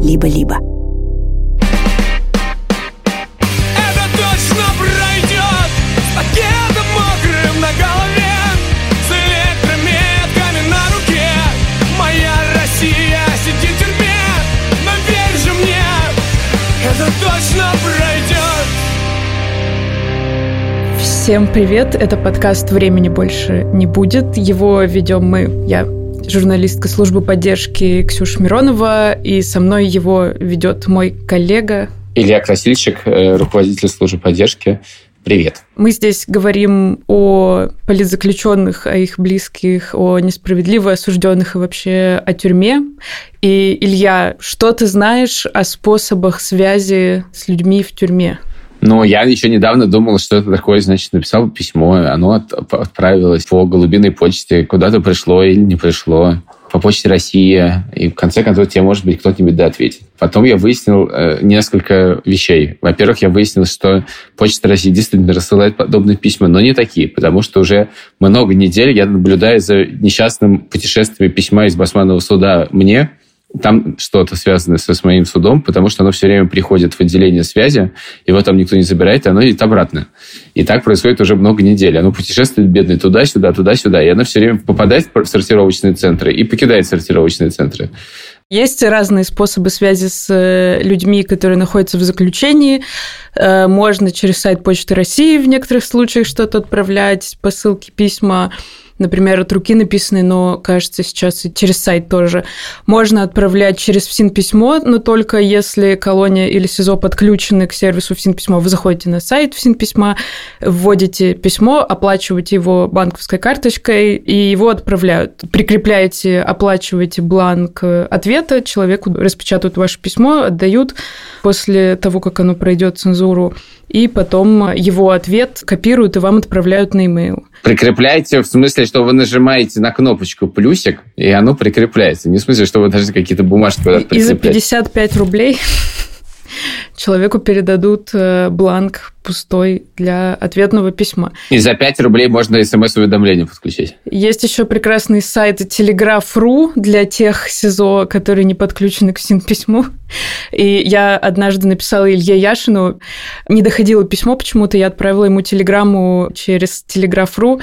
либо-либо. Всем привет! Это подкаст «Времени больше не будет». Его ведем я, журналистка службы поддержки Ксюша Миронова, и со мной его ведет мой коллега Илья Красильщик, руководитель службы поддержки. Привет. Мы здесь говорим о политзаключенных, о их близких, о несправедливо осужденных и вообще о тюрьме. И, Илья, что ты знаешь о способах связи с людьми в тюрьме? Ну, я еще недавно думал, что это такое, значит, написал письмо, оно отправилось по голубиной почте, куда-то пришло или не пришло, по почте России, и в конце концов тебе, может быть, кто-нибудь ответит. Потом я выяснил несколько вещей. Во-первых, я выяснил, что Почта России действительно рассылает подобные письма, но не такие, потому что уже много недель я наблюдаю за несчастным путешествием письма из Басманного суда мне. Там что-то связано с моим судом, потому что оно все время приходит в отделение связи, его там никто не забирает, и оно идет обратно. И так происходит уже много недель. Оно путешествует, бедное, туда-сюда, туда-сюда, и оно все время попадает в сортировочные центры и покидает сортировочные центры. Есть разные способы связи с людьми, которые находятся в заключении. Можно через сайт Почты России в некоторых случаях что-то отправлять, посылки, письма. Например, от руки написанные, но, кажется, сейчас и через сайт тоже. Можно отправлять через ФСИН-письмо, но только если колония или СИЗО подключены к сервису ФСИН-письмо. Вы заходите на сайт ФСИН-письма, вводите письмо, оплачиваете его банковской карточкой, и его отправляют. Прикрепляете, оплачиваете бланк ответа, человеку распечатают ваше письмо, отдают после того, как оно пройдет цензуру, и потом его ответ копируют и вам отправляют на e-mail. Прикрепляете в смысле, что вы нажимаете на кнопочку плюсик, и оно прикрепляется. Не в смысле, что вы даже какие-то бумажки куда-то прикрепляете. И за 55 рублей человеку передадут бланк пустой для ответного письма. И за 5 рублей можно СМС-уведомление подключить. Есть еще прекрасный сайт Telegraph.ru для тех СИЗО, которые не подключены к ФСИН-письму. И я однажды написала Илье Яшину, не доходило письмо почему-то, я отправила ему телеграмму через Telegraph.ru,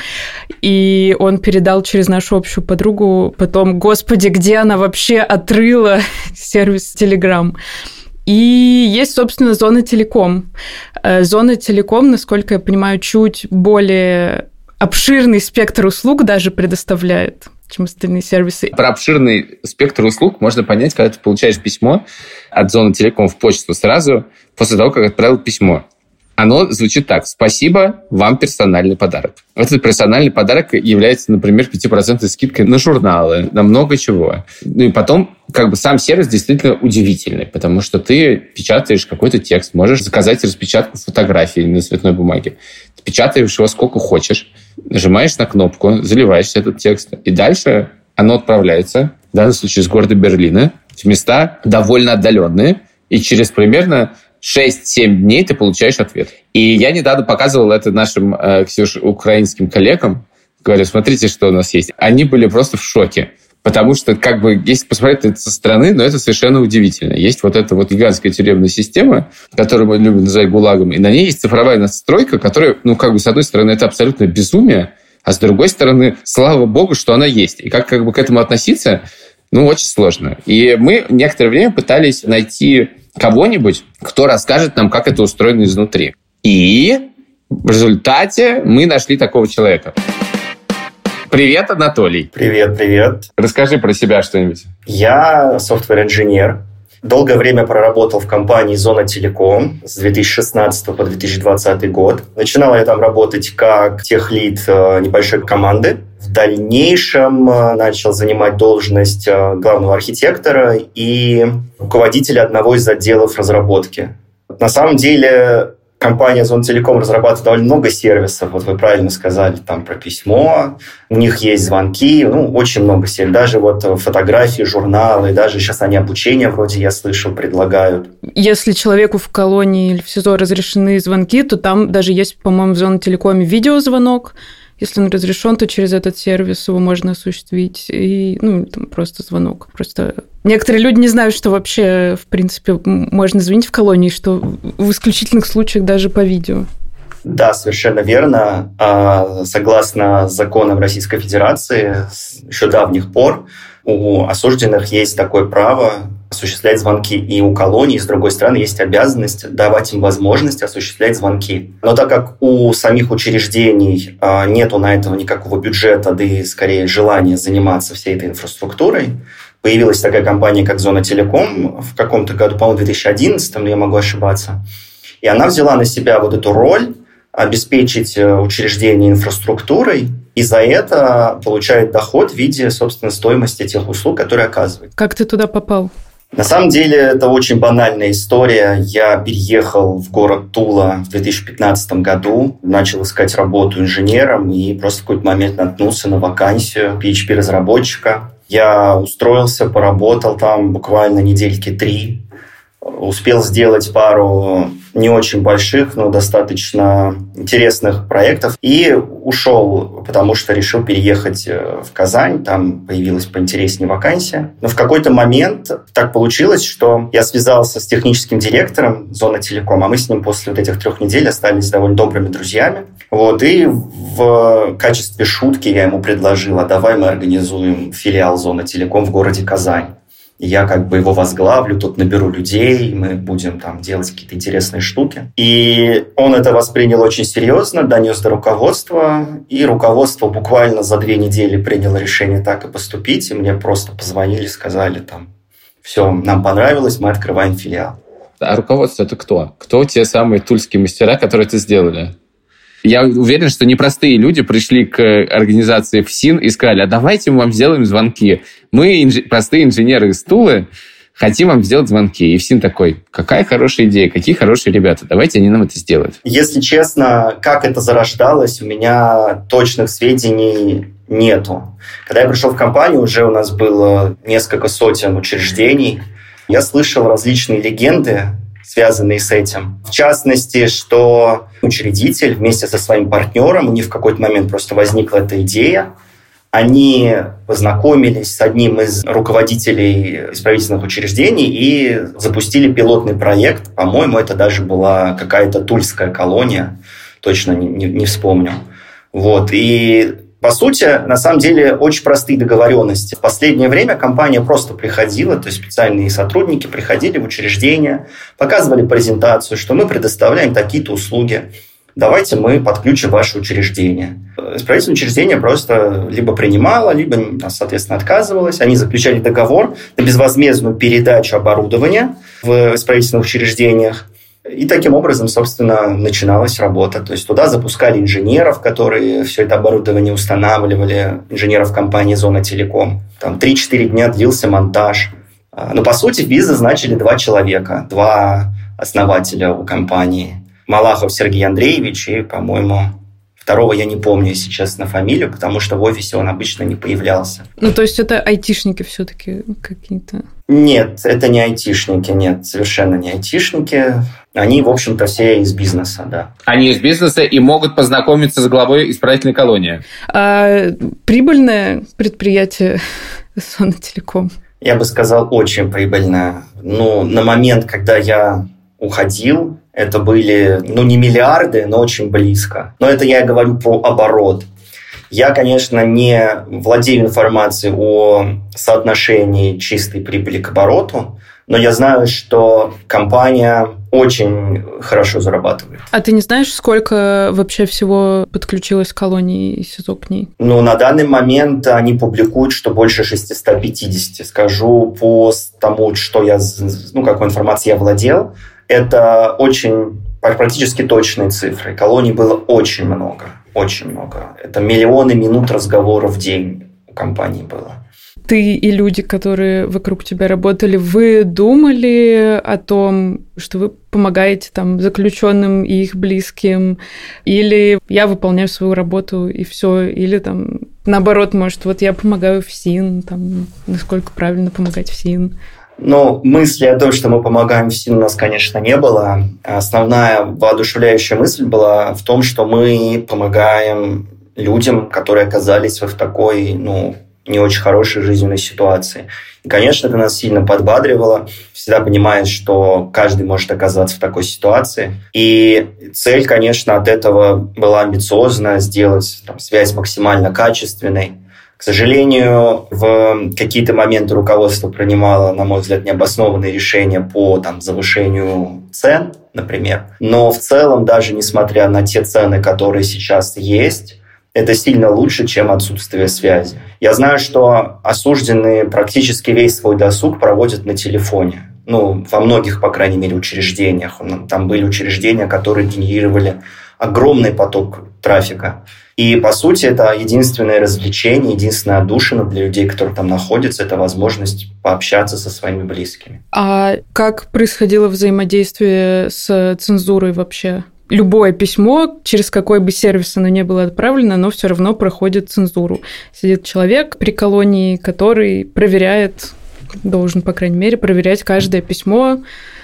и он передал через нашу общую подругу потом, господи, где она вообще отрыла сервис Telegram. И есть, собственно, Зона Телеком. Зона Телеком, насколько я понимаю, чуть более обширный спектр услуг даже предоставляет, чем остальные сервисы. Про обширный спектр услуг можно понять, когда ты получаешь письмо от Зоны Телеком в почту сразу после того, как отправил письмо. Оно звучит так: «Спасибо, вам персональный подарок». Этот персональный подарок является, например, 5% скидкой на журналы, на много чего. Ну и потом, сам сервис действительно удивительный, потому что ты печатаешь какой-то текст, можешь заказать распечатку фотографии на цветной бумаге. Ты печатаешь его сколько хочешь, нажимаешь на кнопку, заливаешь этот текст, и дальше оно отправляется, в данном случае из города Берлина, в места довольно отдаленные, и через примерно 6-7 дней ты получаешь ответ. И я недавно показывал это нашим, Ксюш, украинским коллегам. Говорю, смотрите, что у нас есть. Они были просто в шоке. Потому что, если посмотреть это со стороны, но это совершенно удивительно. Есть вот эта гигантская тюремная система, которую мы любим называть ГУЛАГом, и на ней есть цифровая настройка, которая, с одной стороны, это абсолютно безумие, а с другой стороны, слава богу, что она есть. И как к этому относиться, очень сложно. И мы некоторое время пытались найти кого-нибудь, кто расскажет нам, как это устроено изнутри. И в результате мы нашли такого человека. Привет, Анатолий. Привет. Расскажи про себя что-нибудь. Я софтвер-инженер. Долгое время проработал в компании «Зона Телеком» с 2016 по 2020 год. Начинал я там работать как техлид небольшой команды. В дальнейшем начал занимать должность главного архитектора и руководителя одного из отделов разработки. На самом деле компания «Зона Телеком» разрабатывает довольно много сервисов. Вот вы правильно сказали там про письмо. У них есть звонки, очень много сервисов. Даже фотографии, журналы, даже сейчас они обучение вроде, я слышал, предлагают. Если человеку в колонии или в СИЗО разрешены звонки, то там даже есть, по-моему, в «Зоне Телекоме» видеозвонок. Если он разрешен, то через этот сервис его можно осуществить. И, там просто звонок. Просто некоторые люди не знают, что вообще, в принципе, можно звонить в колонии, что в исключительных случаях даже по видео. Да, совершенно верно. Согласно законам Российской Федерации, с еще давних пор у осужденных есть такое право осуществлять звонки, и у колоний, с другой стороны, есть обязанность давать им возможность осуществлять звонки. Но так как у самих учреждений нету на этого никакого бюджета, да и скорее желания заниматься всей этой инфраструктурой, появилась такая компания, как Зона Телеком в каком-то году, по-моему, 2011, но я могу ошибаться. И она взяла на себя вот эту роль обеспечить учреждение инфраструктурой, и за это получает доход в виде, собственно, стоимости тех услуг, которые оказывает. Как ты туда попал? На самом деле, это очень банальная история. Я переехал в город Тула в 2015 году, начал искать работу инженером и просто в какой-то момент наткнулся на вакансию PHP-разработчика. Я устроился, поработал там буквально недельки 3. Успел сделать пару не очень больших, но достаточно интересных проектов. И ушел, потому что решил переехать в Казань. Там появилась поинтереснее вакансия. Но в какой-то момент так получилось, что я связался с техническим директором Зона Телеком, а мы с ним после вот этих 3 недель остались довольно добрыми друзьями. И в качестве шутки я ему предложил: а давай мы организуем филиал Зона Телеком в городе Казань. Я его возглавлю, тут наберу людей, мы будем там делать какие-то интересные штуки. И он это воспринял очень серьезно, донес до руководства, и руководство буквально за 2 недели приняло решение так и поступить, и мне просто позвонили, сказали все, нам понравилось, мы открываем филиал. А руководство это кто? Кто те самые тульские мастера, которые это сделали? Я уверен, что непростые люди пришли к организации ФСИН и сказали: а давайте мы вам сделаем звонки. Мы, простые инженеры из Тулы, хотим вам сделать звонки. И ФСИН такой: какая хорошая идея, какие хорошие ребята, давайте они нам это сделают. Если честно, как это зарождалось, у меня точных сведений нету. Когда я пришел в компанию, уже у нас было несколько сотен учреждений. Я слышал различные легенды, связанные с этим. В частности, что учредитель вместе со своим партнером, у них в какой-то момент просто возникла эта идея, они познакомились с одним из руководителей исправительных учреждений и запустили пилотный проект. По-моему, это даже была какая-то тульская колония, точно не вспомню. И по сути, на самом деле, очень простые договоренности. В последнее время компания просто приходила, то есть специальные сотрудники приходили в учреждение, показывали презентацию, что мы предоставляем такие-то услуги. Давайте мы подключим ваше учреждение. Исправительное учреждение просто либо принимало, либо, соответственно, отказывалось. Они заключали договор на безвозмездную передачу оборудования в исправительных учреждениях. И таким образом, собственно, начиналась работа. То есть туда запускали инженеров, которые все это оборудование устанавливали, инженеров компании «Зона Телеком». Там 3-4 дня длился монтаж. Но, по сути, в бизнес начали 2 человека, 2 основателя у компании. Малахов Сергей Андреевич и, по-моему, второго я не помню, если честно, фамилию, потому что в офисе он обычно не появлялся. То есть это айтишники все-таки какие-то? Нет, это не айтишники, нет, совершенно не айтишники. Они, в общем-то, все из бизнеса, да. Они из бизнеса и могут познакомиться с главой исправительной колонии. А прибыльное предприятие Зона Телеком? Я бы сказал, очень прибыльное. На момент, когда я уходил, это были, не миллиарды, но очень близко. Но это я говорю про оборот. Я, конечно, не владею информацией о соотношении чистой прибыли к обороту, но я знаю, что компания очень хорошо зарабатывает. А ты не знаешь, сколько вообще всего подключилось колонии и СИЗО к ней? На данный момент они публикуют, что больше 650. Скажу по тому, что я, какой информацией я владел, это практически точные цифры. Колоний было очень много. Очень много. Это миллионы минут разговоров в день у компании было. Ты и люди, которые вокруг тебя работали, вы думали о том, что вы помогаете заключенным и их близким? Или я выполняю свою работу и все? Или наоборот, может, я помогаю ФСИН, насколько правильно помогать ФСИН? Мысли о том, что мы помогаем ФСИН, у нас, конечно, не было. Основная воодушевляющая мысль была в том, что мы помогаем людям, которые оказались в такой, не очень хорошей жизненной ситуации. И, конечно, это нас сильно подбадривало. Всегда понимаешь, что каждый может оказаться в такой ситуации. И цель, конечно, от этого была амбициозная, сделать связь максимально качественной. К сожалению, в какие-то моменты руководство принимало, на мой взгляд, необоснованные решения по завышению цен, например. Но в целом, даже несмотря на те цены, которые сейчас есть, это сильно лучше, чем отсутствие связи. Я знаю, что осужденные практически весь свой досуг проводят на телефоне. Во многих, по крайней мере, учреждениях. Там были учреждения, которые генерировали огромный поток трафика. И, по сути, это единственное развлечение, единственная отдушина для людей, которые там находятся, это возможность пообщаться со своими близкими. А как происходило взаимодействие с цензурой вообще? Любое письмо, через какой бы сервис оно ни было отправлено, оно все равно проходит цензуру. Сидит человек при колонии, который должен, по крайней мере, проверять каждое письмо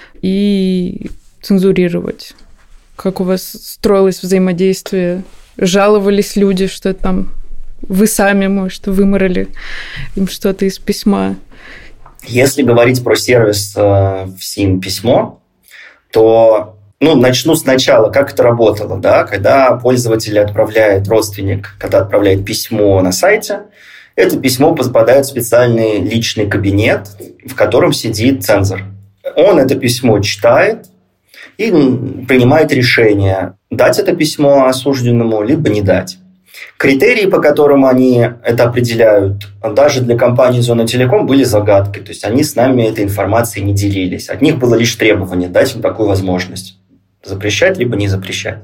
и цензурировать. Как у вас строилось взаимодействие? Жаловались люди, что там вы сами, может, выморали им что-то из письма? Если говорить про сервис ФСИН письмо, то начну сначала, как это работало. Да? Когда пользователь родственник отправляет письмо на сайте, это письмо попадает в специальный личный кабинет, в котором сидит цензор. Он это письмо читает и принимает решение, дать это письмо осужденному, либо не дать. Критерии, по которым они это определяют, даже для компании «Зона Телеком» были загадкой. То есть они с нами этой информацией не делились. От них было лишь требование дать им такую возможность. Запрещать, либо не запрещать.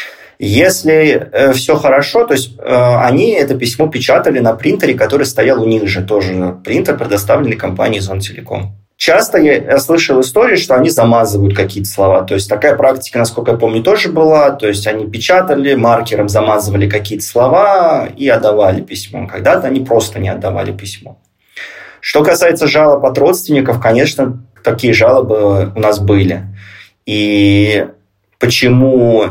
Если все хорошо, то есть они это письмо печатали на принтере, который стоял у них же, тоже принтер, предоставленный компанией «Зона Телеком». Часто я слышал истории, что они замазывают какие-то слова. То есть такая практика, насколько я помню, тоже была. То есть они печатали, маркером замазывали какие-то слова и отдавали письмо. Когда-то они просто не отдавали письмо. Что касается жалоб от родственников, конечно, такие жалобы у нас были. И почему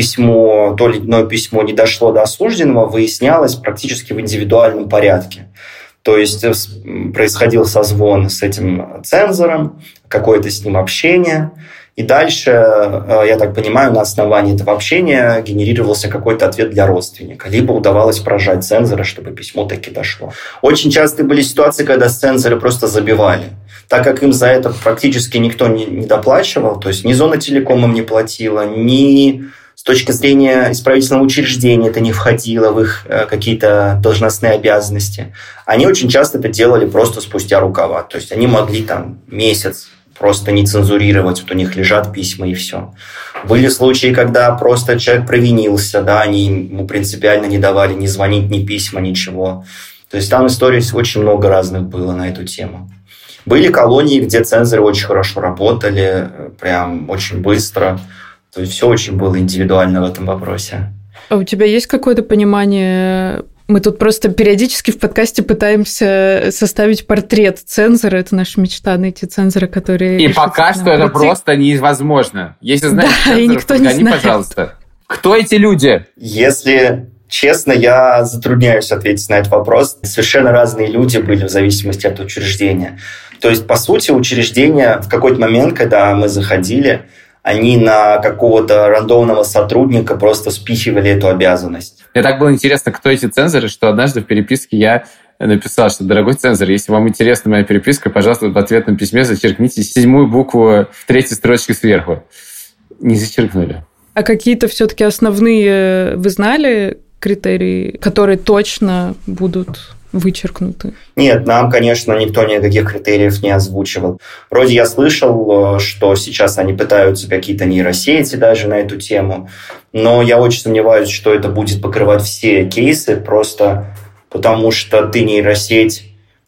то или иное письмо не дошло до осужденного, выяснялось практически в индивидуальном порядке. То есть происходил созвон с этим цензором, какое-то с ним общение. И дальше, я так понимаю, на основании этого общения генерировался какой-то ответ для родственника. Либо удавалось прожать цензора, чтобы письмо таки дошло. Очень часто были ситуации, когда цензоры просто забивали. Так как им за это практически никто не доплачивал, то есть ни Зона Телеком им не платила, ни с точки зрения исправительного учреждения это не входило в их какие-то должностные обязанности. Они очень часто это делали просто спустя рукава. То есть они могли месяц просто не цензурировать, вот у них лежат письма и все. Были случаи, когда просто человек провинился, да, они ему принципиально не давали ни звонить, ни письма, ничего. То есть там историй очень много разных было на эту тему. Были колонии, где цензоры очень хорошо работали, прям очень быстро. То есть все очень было индивидуально в этом вопросе. А у тебя есть какое-то понимание? Мы тут просто периодически в подкасте пытаемся составить портрет цензора. Это наша мечта, найти цензора, который... И пока что это просто невозможно. Если знаешь цензоров, подгони, пожалуйста. Кто эти люди? Если честно, я затрудняюсь ответить на этот вопрос. Совершенно разные люди были в зависимости от учреждения. То есть, по сути, учреждения в какой-то момент, когда мы заходили, они на какого-то рандомного сотрудника просто спихивали эту обязанность. Мне так было интересно, кто эти цензоры, что однажды в переписке я написал, что, дорогой цензор, если вам интересна моя переписка, пожалуйста, в ответном письме зачеркните 7-ю букву в 3-й строчке сверху. Не зачеркнули. А какие-то все-таки основные вы знали критерии, которые точно будут вычеркнуты? Нет, нам, конечно, никто никаких критериев не озвучивал. Вроде я слышал, что сейчас они пытаются какие-то нейросети даже на эту тему, но я очень сомневаюсь, что это будет покрывать все кейсы, просто потому что ты нейросеть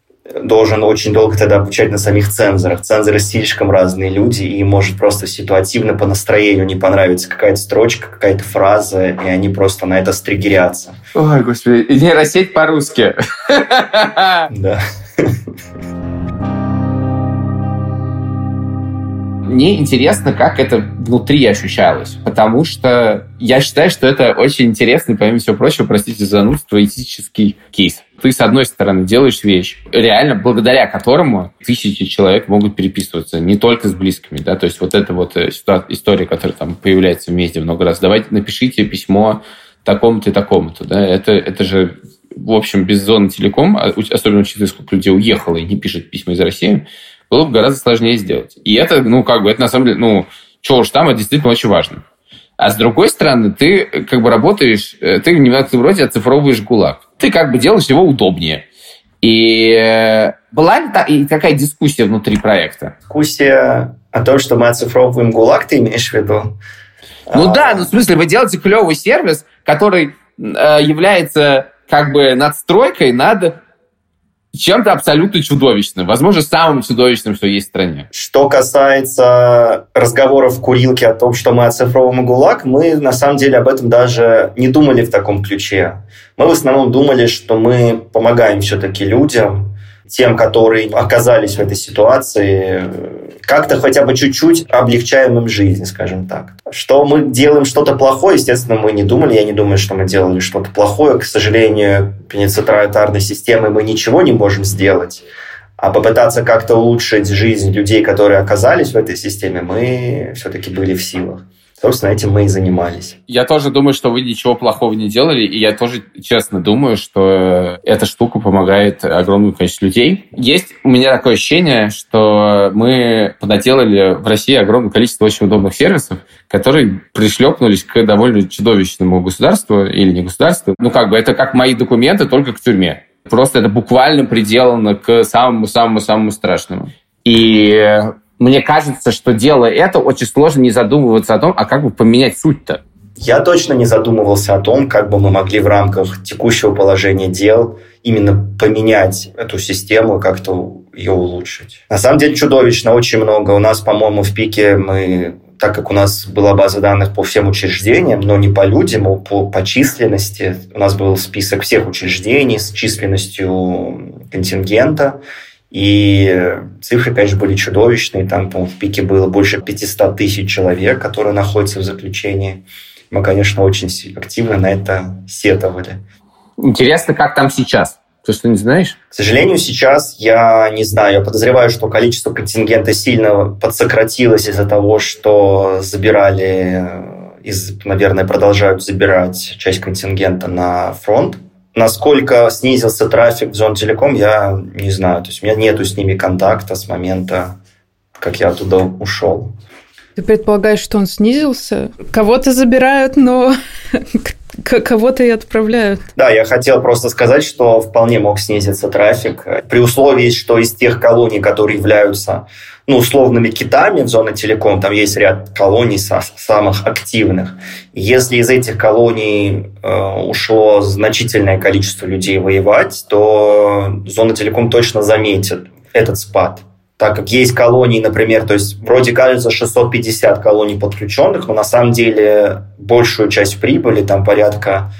должен очень долго тогда обучать на самих цензорах. Цензоры слишком разные люди, и может просто ситуативно по настроению не понравится какая-то строчка, какая-то фраза, и они просто на это стригерятся. Ой, господи, нейросеть по-русски. Да. Мне интересно, как это внутри ощущалось, потому что я считаю, что это очень интересный, помимо всего прочего, простите за занудство, этический кейс. Ты, с одной стороны, делаешь вещь, реально благодаря которому тысячи человек могут переписываться, не только с близкими, да, то есть вот эта вот история, которая там появляется в медиа много раз. Давайте напишите письмо такому-то и такому-то, да, это же, в общем, без зоны телеком, особенно учитывая, сколько людей уехало и не пишет письма из России, было бы гораздо сложнее сделать. И это, это на самом деле, чего уж там, это действительно очень важно. А с другой стороны, ты работаешь, ты в некотором роде оцифровываешь ГУЛАГ. Ты делаешь его удобнее. И была ли какая дискуссия внутри проекта? Дискуссия о том, что мы оцифровываем ГУЛАГ, ты имеешь в виду? Да, в смысле, вы делаете клевый сервис, который является надстройкой над чем-то абсолютно чудовищным. Возможно, самым чудовищным, что есть в стране. Что касается разговоров в курилке о том, что мы оцифровываем ГУЛАГ, мы на самом деле об этом даже не думали в таком ключе. Мы в основном думали, что мы помогаем все-таки людям, тем, которые оказались в этой ситуации, как-то хотя бы чуть-чуть облегчаем им жизнь, скажем так. Что мы делаем что-то плохое, естественно, мы не думали. Я не думаю, что мы делали что-то плохое. К сожалению, пенитенциарной системой мы ничего не можем сделать. А попытаться как-то улучшить жизнь людей, которые оказались в этой системе, мы все-таки были в силах. Собственно, этим мы и занимались. Я тоже думаю, что вы ничего плохого не делали, и я тоже честно думаю, что эта штука помогает огромному количеству людей. Есть у меня такое ощущение, что мы понаделали в России огромное количество очень удобных сервисов, которые пришлепнулись к довольно чудовищному государству или не государству. Это как мои документы, только к тюрьме. Просто это буквально приделано к самому-самому-самому страшному. И мне кажется, что делая это, очень сложно не задумываться о том, а как бы поменять суть-то. Я точно не задумывался о том, как бы мы могли в рамках текущего положения дел именно поменять эту систему, как-то ее улучшить. На самом деле чудовищно, очень много. У нас, по-моему, в пике так как у нас была база данных по всем учреждениям, но не по людям, а по численности, у нас был список всех учреждений с численностью контингента. И цифры, конечно, были чудовищные. Там, по-моему, в пике было больше 500 тысяч человек, которые находятся в заключении. Мы, конечно, очень активно на это сетовали. Интересно, как там сейчас? Ты что, не знаешь? К сожалению, сейчас я не знаю. Я подозреваю, что количество контингента сильно подсократилось из-за того, что наверное, продолжают забирать часть контингента на фронт. Насколько снизился трафик в Зонтелеком, я не знаю. То есть у меня нету с ними контакта с момента, как я оттуда ушел. Ты предполагаешь, что он снизился? Кого-то забирают, но кого-то и отправляют. Да, я хотел просто сказать, что вполне мог снизиться трафик. При условии, что из тех колоний, которые являются условными китами в Зонтелеком, там есть ряд колоний самых активных. Если из этих колоний ушло значительное количество людей воевать, то Зонтелеком точно заметит этот спад. Так как есть колонии, например, то есть вроде кажется 650 колоний подключенных, но на самом деле большую часть прибыли, там порядка,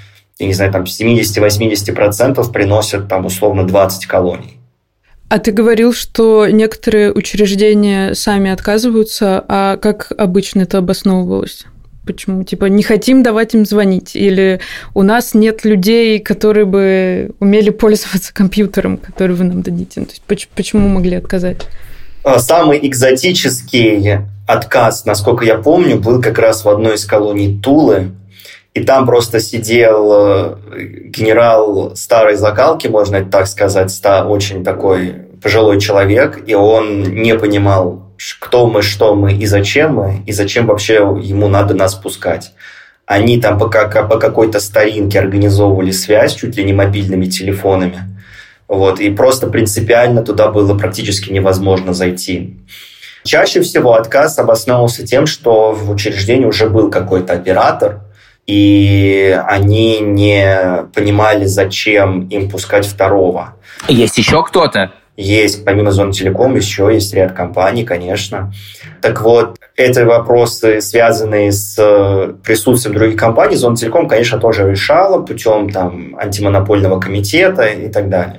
70-80% приносят там условно 20 колоний. А ты говорил, что некоторые учреждения сами отказываются, а как обычно это обосновывалось? Почему? Не хотим давать им звонить? Или у нас нет людей, которые бы умели пользоваться компьютером, который вы нам дадите? То есть почему могли отказать? Самый экзотический отказ, насколько я помню, был как раз в одной из колоний Тулы. И там просто сидел генерал старой закалки, можно это так сказать, очень такой пожилой человек, и он не понимал, кто мы, что мы и зачем вообще ему надо нас пускать. Они там по какой-то старинке организовывали связь, чуть ли не мобильными телефонами. И просто принципиально туда было практически невозможно зайти. Чаще всего отказ обосновывался тем, что в учреждении уже был какой-то оператор, и они не понимали, зачем им пускать второго. Есть еще кто-то? Есть, помимо Зонтелеком, еще есть ряд компаний, конечно. Так вот, эти вопросы, связанные с присутствием других компаний, Зонтелеком, конечно, тоже решала путем антимонопольного комитета и так далее.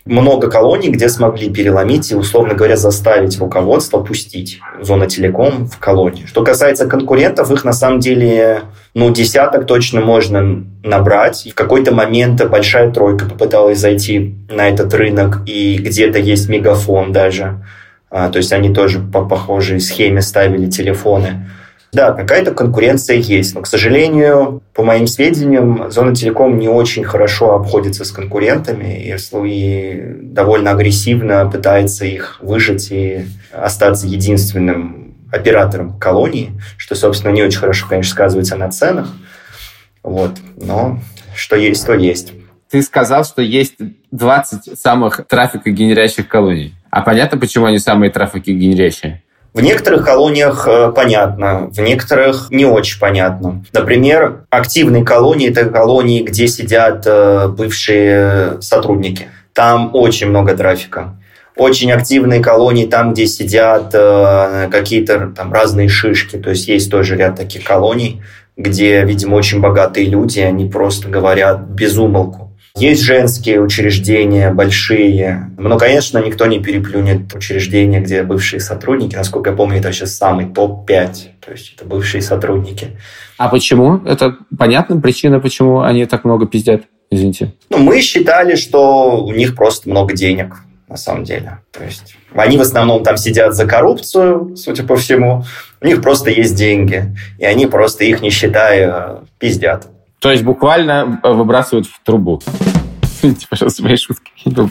много колоний, где смогли переломить и, условно говоря, заставить руководство пустить Зона Телеком в колонии. Что касается конкурентов, их на самом деле десяток точно можно набрать. В какой-то момент большая тройка попыталась зайти на этот рынок, и где-то есть Мегафон даже. То есть они тоже по похожей схеме ставили телефоны. Да, какая-то конкуренция есть, но, к сожалению, по моим сведениям, Зона Телеком не очень хорошо обходится с конкурентами и довольно агрессивно пытается их выжать и остаться единственным оператором колонии, что, собственно, не очень хорошо, конечно, сказывается на ценах. Но что есть, то есть. Ты сказал, что есть 20 самых трафикогенерящих колоний. А понятно, почему они самые трафикогенерящие? В некоторых колониях понятно, в некоторых не очень понятно. Например, активные колонии – это колонии, где сидят бывшие сотрудники. Там очень много трафика. Очень активные колонии там, где сидят какие-то там разные шишки. То есть есть тоже ряд таких колоний, где, видимо, очень богатые люди, они просто говорят без умолку. Есть женские учреждения большие, но, конечно, никто не переплюнет учреждения, где бывшие сотрудники. Насколько я помню, это сейчас самый топ-5, то есть это бывшие сотрудники. А почему? Это понятна причина, почему они так много пиздят? Извините. Мы считали, что у них просто много денег, на самом деле. То есть они в основном там сидят за коррупцию, судя по всему. У них просто есть деньги, и они просто их, не считая, пиздят. То есть буквально выбрасывают в трубу. Извините, пожалуйста, мои шутки.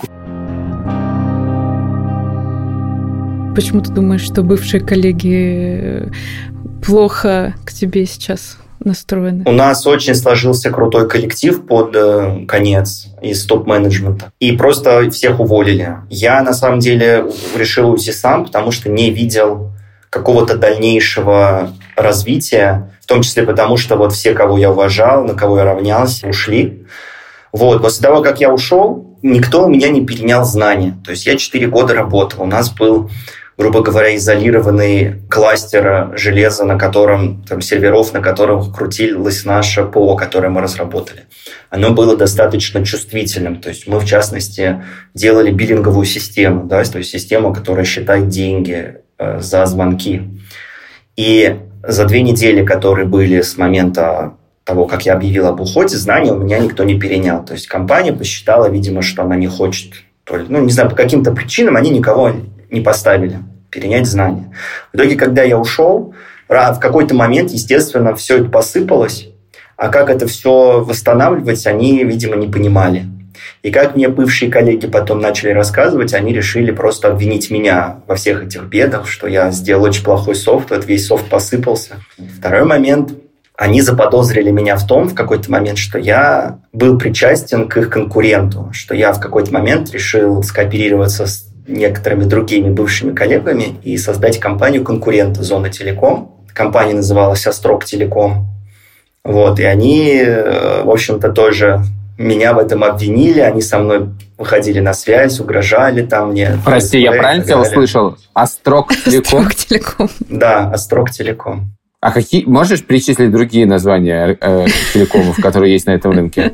Почему ты думаешь, что бывшие коллеги плохо к тебе сейчас настроены? У нас очень сложился крутой коллектив под конец из топ-менеджмента. И просто всех уволили. Я, на самом деле, решил уйти сам, потому что не видел какого-то дальнейшего развития, в том числе потому, что все, кого я уважал, на кого я равнялся, ушли. После того, как я ушел, никто у меня не перенял знания. То есть я 4 года работал. У нас был, грубо говоря, изолированный кластер железа, на котором, серверов, на которых крутилось наше ПО, которое мы разработали. Оно было достаточно чувствительным. То есть мы, в частности, делали биллинговую систему, то есть систему, которая считает деньги за звонки. И за 2 недели, которые были с момента того, как я объявил об уходе, знания у меня никто не перенял. То есть компания посчитала, видимо, что она не хочет, не знаю, по каким-то причинам они никого не поставили перенять знания. В итоге, когда я ушел, в какой-то момент, естественно, все это посыпалось, а как это все восстанавливать, они, видимо, не понимали. И как мне бывшие коллеги потом начали рассказывать, они решили просто обвинить меня во всех этих бедах, что я сделал очень плохой софт, весь софт посыпался. Второй момент. Они заподозрили меня в том, в какой-то момент, что я был причастен к их конкуренту, что я в какой-то момент решил скооперироваться с некоторыми другими бывшими коллегами и создать компанию конкурента Зона Телеком. Компания называлась Острог Телеком. И они, в общем-то, тоже меня в этом обвинили, они со мной выходили на связь, угрожали там мне. Прости, я правильно тебя услышал? Острог Телеком? Острог Телеком. Да, Острог Телеком. А можешь перечислить другие названия телекомов, которые есть на этом рынке?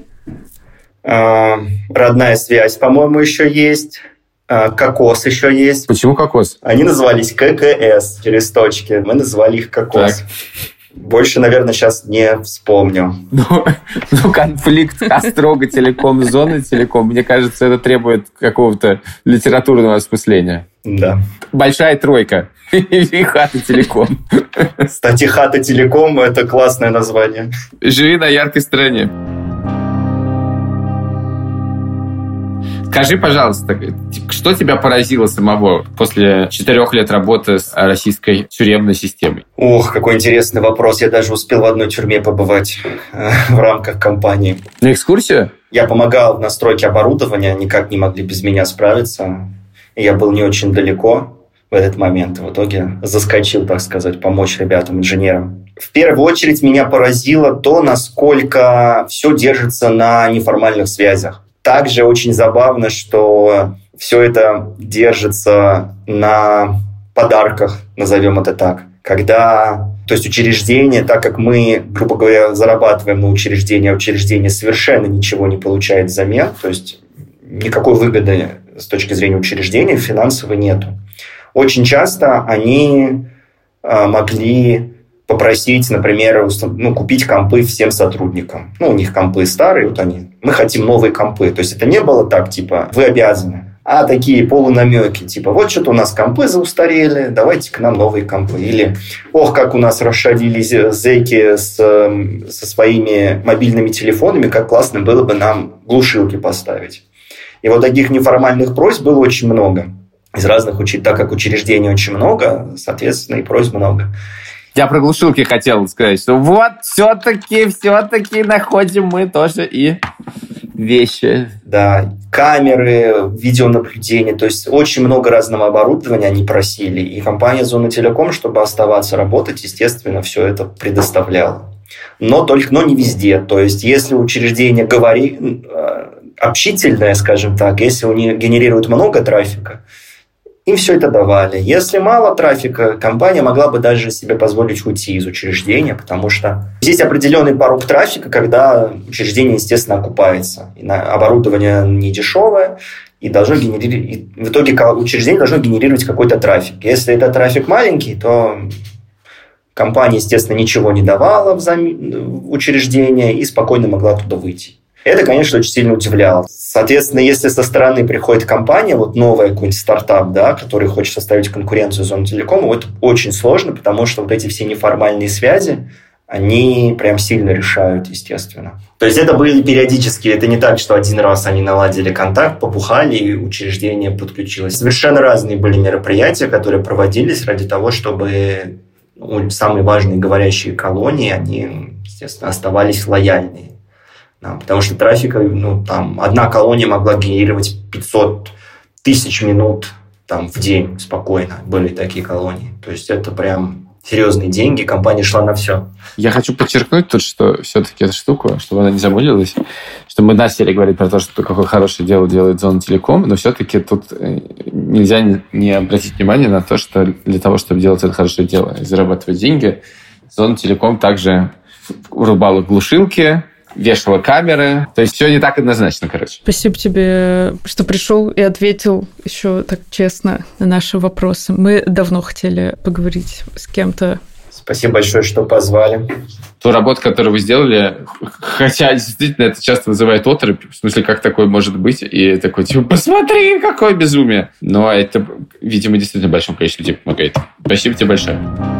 Родная связь, по-моему, еще есть. Кокос еще есть. Почему Кокос? Они назывались ККС через точки. Мы называли их Кокос. Так. Больше, наверное, сейчас не вспомню. Конфликт Острога Телеком, Зоны Телеком, мне кажется, это требует какого-то литературного осмысления. Да. Большая тройка. И Хата Телеком. Кстати, Хата Телеком – это классное название. Живи на яркой стороне. Скажи, пожалуйста, что тебя поразило самого после 4 лет работы с российской тюремной системой? Какой интересный вопрос. Я даже успел в одной тюрьме побывать в рамках компании. На экскурсию? Я помогал в настройке оборудования, никак не могли без меня справиться. И я был не очень далеко в этот момент. В итоге заскочил, так сказать, помочь ребятам, инженерам. В первую очередь меня поразило то, насколько все держится на неформальных связях. Также очень забавно, что все это держится на подарках, назовем это так. То есть учреждение, так как мы, грубо говоря, зарабатываем на учреждение, а учреждение совершенно ничего не получает взамен, то есть никакой выгоды с точки зрения учреждения, финансовой нету. Очень часто они могли попросить, например, купить компы всем сотрудникам. У них компы старые, мы хотим новые компы. То есть это не было так, типа, вы обязаны. А такие полунамеки, типа, вот что-то у нас компы заустарели, давайте к нам новые компы. Или, как у нас расшалились зэки со своими мобильными телефонами, как классно было бы нам глушилки поставить. И вот таких неформальных просьб было очень много. Из разных так как учреждений очень много, соответственно, и просьб много. Я про глушилки хотел сказать, что вот все-таки находим мы тоже и вещи. Да, камеры, видеонаблюдение, то есть очень много разного оборудования они просили. И компания «Зона Телеком», чтобы оставаться работать, естественно, все это предоставляла. Но не везде. То есть если учреждение общительное, скажем так, если у них генерирует много трафика, им все это давали. Если мало трафика, компания могла бы даже себе позволить уйти из учреждения, потому что здесь определенный порог трафика, когда учреждение, естественно, окупается. И оборудование не дешевое, и в итоге учреждение должно генерировать какой-то трафик. Если этот трафик маленький, то компания, естественно, ничего не давала в учреждение и спокойно могла оттуда выйти. Это, конечно, очень сильно удивляло. Соответственно, если со стороны приходит компания, новая какой-нибудь стартап, да, который хочет составить конкуренцию Зоне Телеком, это очень сложно, потому что эти все неформальные связи, они прям сильно решают, естественно. То есть это были периодически, это не так, что один раз они наладили контакт, попухали, и учреждение подключилось. Совершенно разные были мероприятия, которые проводились ради того, чтобы самые важные говорящие колонии, они, естественно, оставались лояльными. Да, потому что трафика, одна колония могла генерировать 500 тысяч минут в день спокойно. Были такие колонии. То есть это прям серьезные деньги, компания шла на все. Я хочу подчеркнуть тут, что все-таки эту штуку, чтобы она не замылилась, что мы начали говорить про то, что какое хорошее дело делает Зона Телеком, но все-таки тут нельзя не обратить внимание на то, что для того, чтобы делать это хорошее дело и зарабатывать деньги, Зона Телеком также урубала глушилки, вешала камеры. То есть все не так однозначно, короче. Спасибо тебе, что пришел и ответил еще так честно на наши вопросы. Мы давно хотели поговорить с кем-то. Спасибо большое, что позвали. Ту работу, которую вы сделали, хотя действительно это часто вызывает оторопь, в смысле, как такое может быть, и такой, посмотри, какое безумие. Но это, видимо, действительно большому количеству людей помогает. Спасибо тебе большое.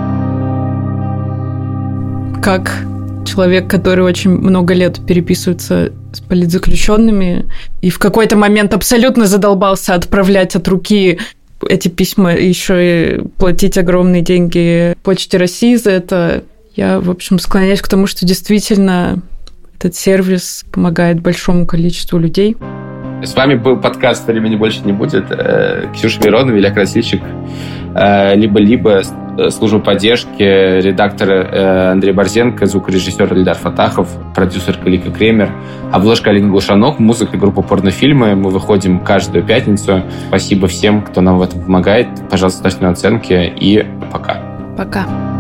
Как человек, который очень много лет переписывается с политзаключенными и в какой-то момент абсолютно задолбался отправлять от руки эти письма, еще и платить огромные деньги Почте России за это, я, в общем, склоняюсь к тому, что действительно этот сервис помогает большому количеству людей. С вами был подкаст «Времени больше не будет». Ксюша Миронова, Илья Красильщик, либо служба поддержки, редактор Андрей Борзенко, звукорежиссер Эльдар Фатахов, продюсер Калика Кремер, обложка Алина Глушанок, музыка группы «Порнофильмы». Мы выходим каждую пятницу. Спасибо всем, кто нам в этом помогает. Пожалуйста, ставьте нам оценки и пока. Пока.